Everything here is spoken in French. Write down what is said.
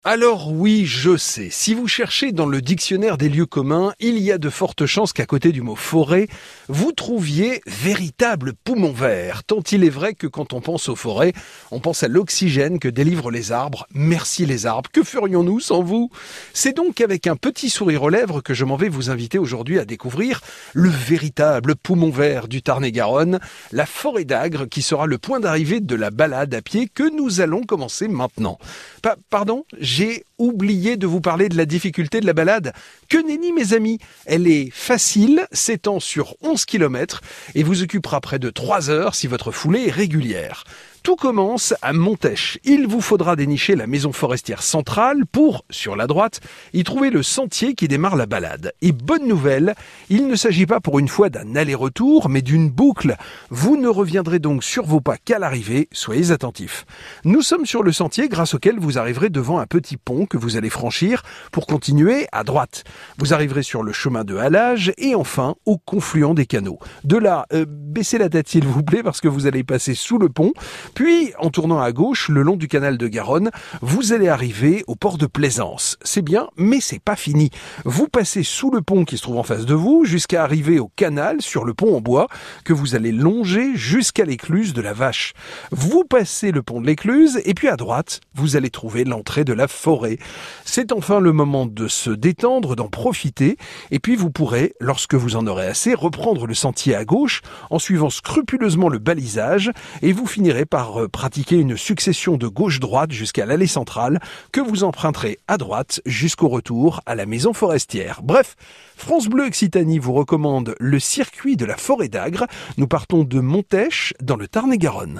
Alors oui, je sais, si vous cherchez dans le dictionnaire des lieux communs, il y a de fortes chances qu'à côté du mot forêt, vous trouviez véritable poumon vert. Tant il est vrai que quand on pense aux forêts, on pense à l'oxygène que délivrent les arbres. Merci les arbres, que ferions-nous sans vous? C'est donc avec un petit sourire aux lèvres que je m'en vais vous inviter aujourd'hui à découvrir le véritable poumon vert du Tarn-et-Garonne, la forêt d'Agres qui sera le point d'arrivée de la balade à pied que nous allons commencer maintenant. Pardon, j'ai oublié de vous parler de la difficulté de la balade. Que nenni mes amis, elle est facile, s'étend sur 11 km et vous occupera près de 3 heures si votre foulée est régulière. Tout commence à Montèche. Il vous faudra dénicher la maison forestière centrale pour, sur la droite, y trouver le sentier qui démarre la balade. Et bonne nouvelle, il ne s'agit pas pour une fois d'un aller-retour, mais d'une boucle. Vous ne reviendrez donc sur vos pas qu'à l'arrivée, soyez attentifs. Nous sommes sur le sentier grâce auquel vous arriverez devant un petit pont que vous allez franchir pour continuer à droite. Vous arriverez sur le chemin de halage et enfin au confluent des canaux. De là, baissez la tête s'il vous plaît parce que vous allez passer sous le pont. Puis, en tournant à gauche, le long du canal de Garonne, vous allez arriver au port de Plaisance. C'est bien, mais c'est pas fini. Vous passez sous le pont qui se trouve en face de vous, jusqu'à arriver au canal sur le pont en bois, que vous allez longer jusqu'à l'écluse de la Vache. Vous passez le pont de l'écluse, et puis à droite, vous allez trouver l'entrée de la forêt. C'est enfin le moment de se détendre, d'en profiter, et puis vous pourrez, lorsque vous en aurez assez, reprendre le sentier à gauche, en suivant scrupuleusement le balisage, et vous finirez par pratiquer une succession de gauche-droite jusqu'à l'allée centrale que vous emprunterez à droite jusqu'au retour à la maison forestière. Bref, France Bleu Occitanie vous recommande le circuit de la forêt d'Agres. Nous partons de Montèche dans le Tarn-et-Garonne.